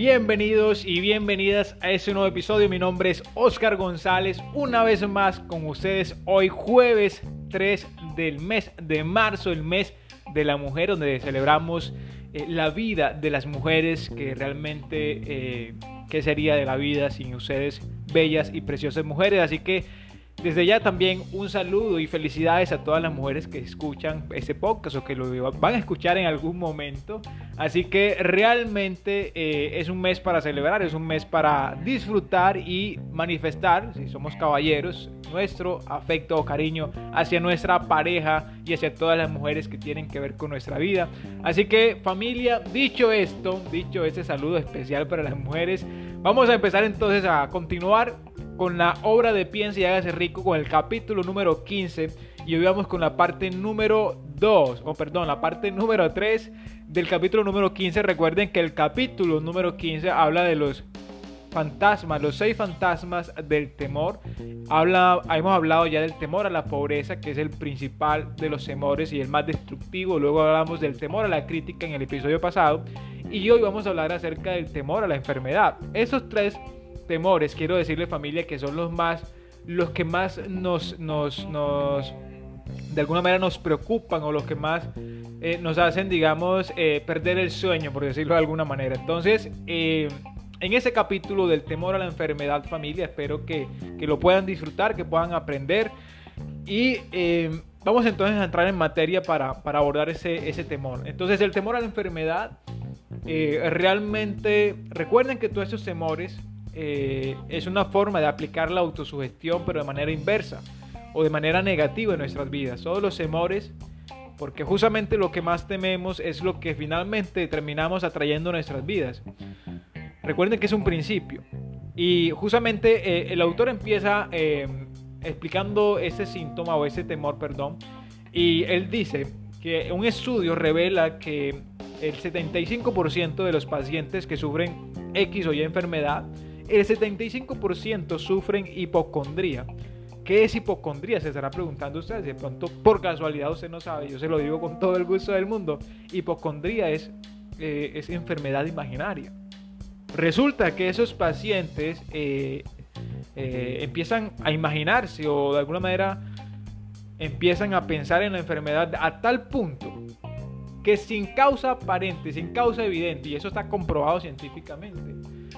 Bienvenidos y bienvenidas a este nuevo episodio. Mi nombre es Oscar González, una vez más con ustedes hoy jueves 3 del mes de marzo, el mes de la mujer, donde celebramos la vida de las mujeres, que realmente qué sería de la vida sin ustedes, bellas y preciosas mujeres. Así que desde ya también un saludo y felicidades a todas las mujeres que escuchan este podcast o que lo van a escuchar en algún momento. Así que realmente es un mes para celebrar, es un mes para disfrutar y manifestar, si somos caballeros, nuestro afecto o cariño hacia nuestra pareja y hacia todas las mujeres que tienen que ver con nuestra vida. Así que familia, dicho este saludo especial para las mujeres, vamos a empezar entonces a continuar con la obra de Piensa y Hágase Rico, con el capítulo número 15, y hoy vamos con la parte número 3 del capítulo número 15. Recuerden que el capítulo número 15 habla de los fantasmas, los 6 fantasmas del temor. Hemos hablado ya del temor a la pobreza, que es el principal de los temores y el más destructivo. Luego hablamos del temor a la crítica en el episodio pasado, y hoy vamos a hablar acerca del temor a la enfermedad. Esos 3 temores, quiero decirle familia, que son los que más nos de alguna manera nos preocupan, o los que más nos hacen, digamos, perder el sueño, por decirlo de alguna manera. Entonces, en ese capítulo del temor a la enfermedad, familia, espero que lo puedan disfrutar, que puedan aprender, y vamos entonces a entrar en materia para abordar ese temor. Entonces, el temor a la enfermedad, realmente recuerden que todos estos temores es una forma de aplicar la autosugestión, pero de manera inversa o de manera negativa en nuestras vidas. Todos los temores, porque justamente lo que más tememos es lo que finalmente terminamos atrayendo a nuestras vidas. Recuerden que es un principio, y justamente el autor empieza explicando ese síntoma o ese temor, y él dice que un estudio revela que el 75% de los pacientes que sufren X o Y enfermedad, el 75% sufren hipocondría. ¿Qué es hipocondría? Se estará preguntando usted. De pronto, por casualidad, usted no sabe. Yo se lo digo con todo el gusto del mundo. Hipocondría es enfermedad imaginaria. Resulta que esos pacientes empiezan a imaginarse, o de alguna manera empiezan a pensar en la enfermedad a tal punto que sin causa aparente, sin causa evidente, y eso está comprobado científicamente,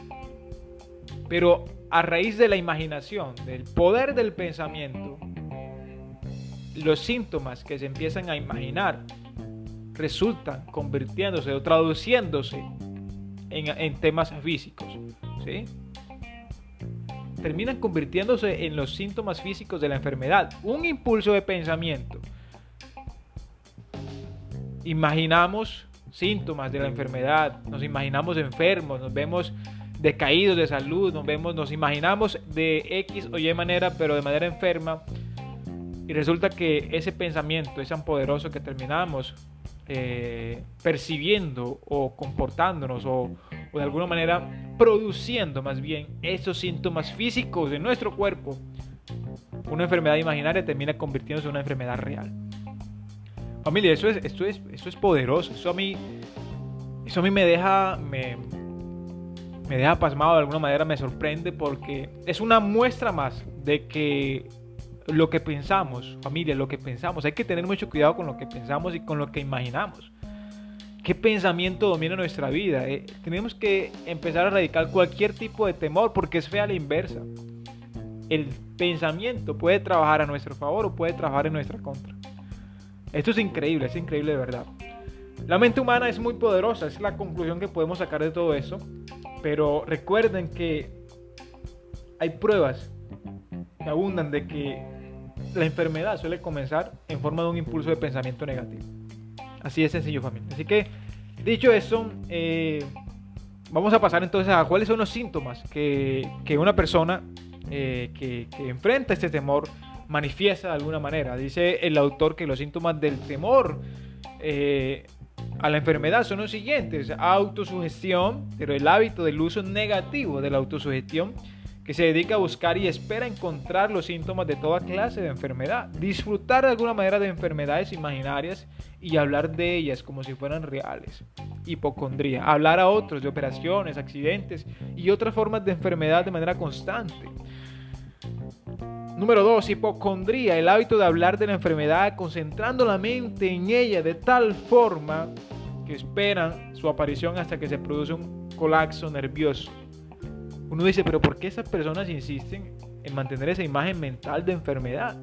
pero a raíz de la imaginación, del poder del pensamiento, los síntomas que se empiezan a imaginar resultan convirtiéndose o traduciéndose en temas físicos, ¿sí? Terminan convirtiéndose en los síntomas físicos de la enfermedad. Un impulso de pensamiento. Imaginamos síntomas de la enfermedad, nos imaginamos enfermos, nos vemos decaídos de salud, nos imaginamos de X o Y manera, pero de manera enferma, y resulta que ese pensamiento es tan poderoso que terminamos percibiendo o comportándonos o de alguna manera produciendo más bien esos síntomas físicos de nuestro cuerpo. Una enfermedad imaginaria termina convirtiéndose en una enfermedad real. Familia, esto es poderoso. Eso a mí me deja pasmado, de alguna manera me sorprende, porque es una muestra más de que lo que pensamos, familia, lo que pensamos, hay que tener mucho cuidado con lo que pensamos y con lo que imaginamos. ¿Qué pensamiento domina nuestra vida? Tenemos que empezar a erradicar cualquier tipo de temor, porque es fe a la inversa. El pensamiento puede trabajar a nuestro favor o puede trabajar en nuestra contra. Esto es increíble de verdad. La mente humana es muy poderosa, es la conclusión que podemos sacar de todo eso. Pero recuerden que hay pruebas que abundan de que la enfermedad suele comenzar en forma de un impulso de pensamiento negativo. Así de sencillo, familia. Así que, dicho eso, vamos a pasar entonces a cuáles son los síntomas que una persona que enfrenta este temor manifiesta de alguna manera. Dice el autor que los síntomas del temor a la enfermedad son los siguientes: autosugestión, pero el hábito del uso negativo de la autosugestión, que se dedica a buscar y espera encontrar los síntomas de toda clase de enfermedad, disfrutar de alguna manera de enfermedades imaginarias y hablar de ellas como si fueran reales. hipocondría. Hablar a otros de operaciones, accidentes y otras formas de enfermedad de manera constante. Número 2, hipocondría, el hábito de hablar de la enfermedad concentrando la mente en ella de tal forma que esperan su aparición hasta que se produce un colapso nervioso. Uno dice, pero ¿por qué esas personas insisten en mantener esa imagen mental de enfermedad?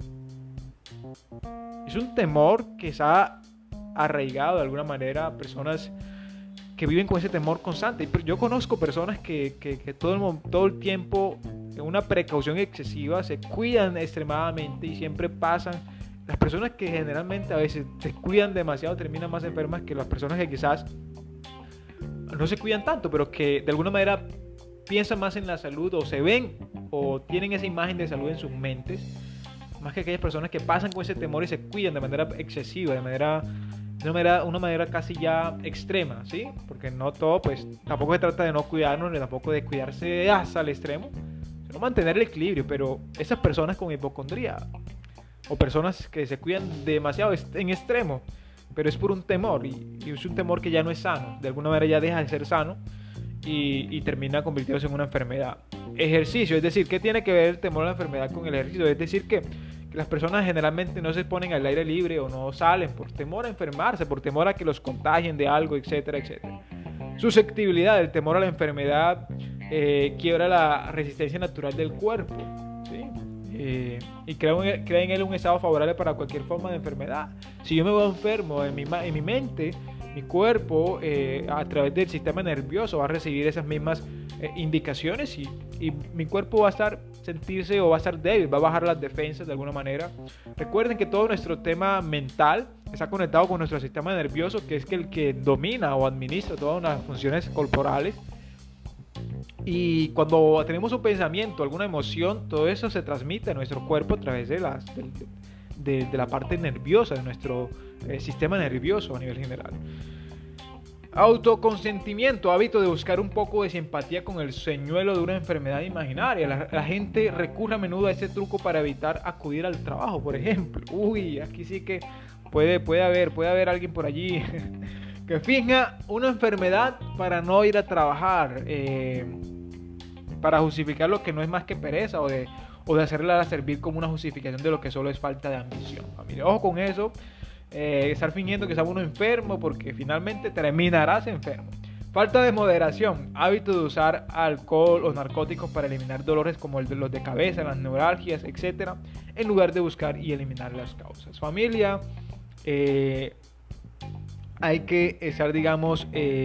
Es un temor que se ha arraigado de alguna manera a personas que viven con ese temor constante. Yo conozco personas que todo el tiempo, en una precaución excesiva, se cuidan extremadamente y siempre pasan. Las personas que generalmente a veces se cuidan demasiado terminan más enfermas que las personas que quizás no se cuidan tanto, pero que de alguna manera piensan más en la salud o se ven o tienen esa imagen de salud en sus mentes, más que aquellas personas que pasan con ese temor y se cuidan de manera excesiva, una manera casi ya extrema, ¿sí? Porque no todo, pues tampoco se trata de no cuidarnos, ni tampoco de cuidarse hasta el extremo, sino mantener el equilibrio. Pero esas personas con hipocondría o personas que se cuidan demasiado en extremo, pero es por un temor y es un temor que ya no es sano, de alguna manera ya deja de ser sano y termina convirtiéndose en una enfermedad. Ejercicio, es decir, ¿qué tiene que ver el temor a la enfermedad con el ejercicio? Es decir, que las personas generalmente no se ponen al aire libre o no salen por temor a enfermarse, por temor a que los contagien de algo, etcétera, etcétera. Susceptibilidad, el temor a la enfermedad quiebra la resistencia natural del cuerpo, ¿sí? Y crea en él un estado favorable para cualquier forma de enfermedad. Si yo me veo enfermo en mi mente, mi cuerpo a través del sistema nervioso va a recibir esas mismas indicaciones y mi cuerpo va a sentirse o va a estar débil, va a bajar las defensas de alguna manera. Recuerden que todo nuestro tema mental está conectado con nuestro sistema nervioso, que es el que domina o administra todas las funciones corporales. Y cuando tenemos un pensamiento, alguna emoción, todo eso se transmite a nuestro cuerpo a través de la parte nerviosa de nuestro sistema nervioso a nivel general. Autoconsentimiento, hábito de buscar un poco de simpatía con el señuelo de una enfermedad imaginaria. La gente recurre a menudo a este truco para evitar acudir al trabajo, por ejemplo. Aquí sí que puede haber alguien por allí que finja una enfermedad para no ir a trabajar, para justificar lo que no es más que pereza o de hacerla servir como una justificación de lo que solo es falta de ambición. Familia, ojo con eso. Estar fingiendo que está uno enfermo porque finalmente terminarás enfermo. Falta de moderación, hábito de usar alcohol o narcóticos para eliminar dolores como los de cabeza, las neuralgias, etc., en lugar de buscar y eliminar las causas. Familia, hay que estar, digamos,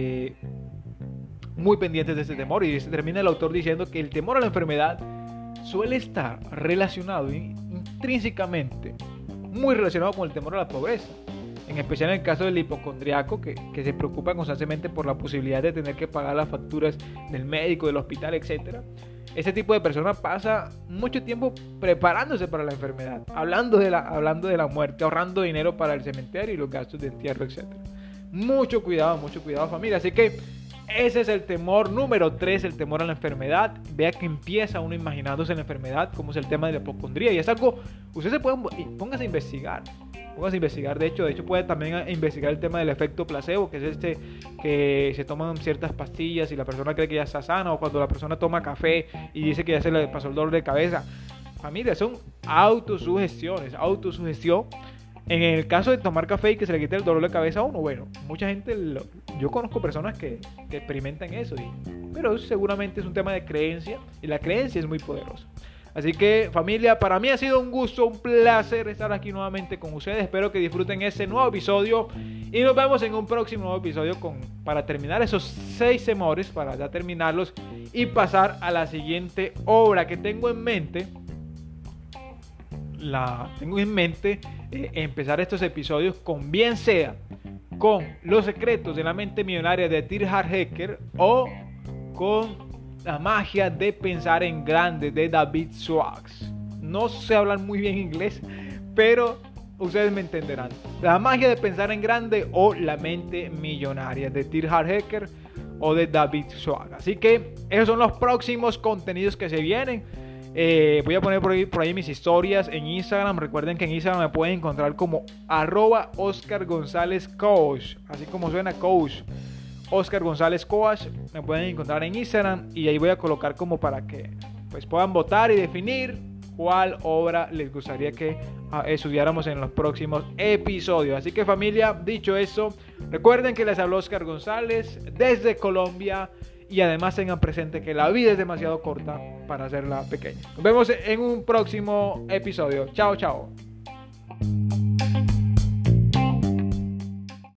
muy pendientes de este temor. Y termina el autor diciendo que el temor a la enfermedad suele estar relacionado intrínsecamente, muy relacionado con el temor a la pobreza, en especial en el caso del hipocondriaco que se preocupa constantemente por la posibilidad de tener que pagar las facturas del médico, del hospital, etc. Este tipo de persona pasa mucho tiempo preparándose para la enfermedad, hablando de la muerte, ahorrando dinero para el cementerio y los gastos de entierro, etc. Mucho cuidado familia. Así que ese es el temor número 3, el temor a la enfermedad. Vea que empieza uno imaginándose la enfermedad, como es el tema de la hipocondría. Y es algo, ustedes pónganse a investigar. De hecho puede también investigar el tema del efecto placebo, que es que se toman ciertas pastillas y la persona cree que ya está sana, o cuando la persona toma café y dice que ya se le pasó el dolor de cabeza. Familia, son autosugestión. En el caso de tomar café y que se le quite el dolor de cabeza a uno, bueno, mucha gente, yo conozco personas que experimentan eso, pero seguramente es un tema de creencia y la creencia es muy poderosa. Así que familia, para mí ha sido un gusto, un placer estar aquí nuevamente con ustedes. Espero que disfruten este nuevo episodio y nos vemos en un próximo nuevo episodio para terminar esos 6 temores, para ya terminarlos y pasar a la siguiente obra que tengo en mente. Empezar estos episodios con Los secretos de la mente millonaria de T-Harv Eker o con La magia de pensar en grande de David Schwartz. No sé hablar muy bien inglés, pero ustedes me entenderán. La magia de pensar en grande o La mente millonaria de T-Harv Eker o de David Schwartz. Así que esos son los próximos contenidos que se vienen. Voy a poner por ahí mis historias en Instagram. Recuerden que en Instagram me pueden encontrar como @OscarGonzalezCoach, así como suena coach. Oscar González Coach. Me pueden encontrar en Instagram y ahí voy a colocar como para que pues puedan votar y definir cuál obra les gustaría que estudiáramos en los próximos episodios. Así que familia, dicho eso, recuerden que les habló Oscar González desde Colombia y además tengan presente que la vida es demasiado corta para hacerla pequeña. Nos vemos en un próximo episodio. Chao, chao.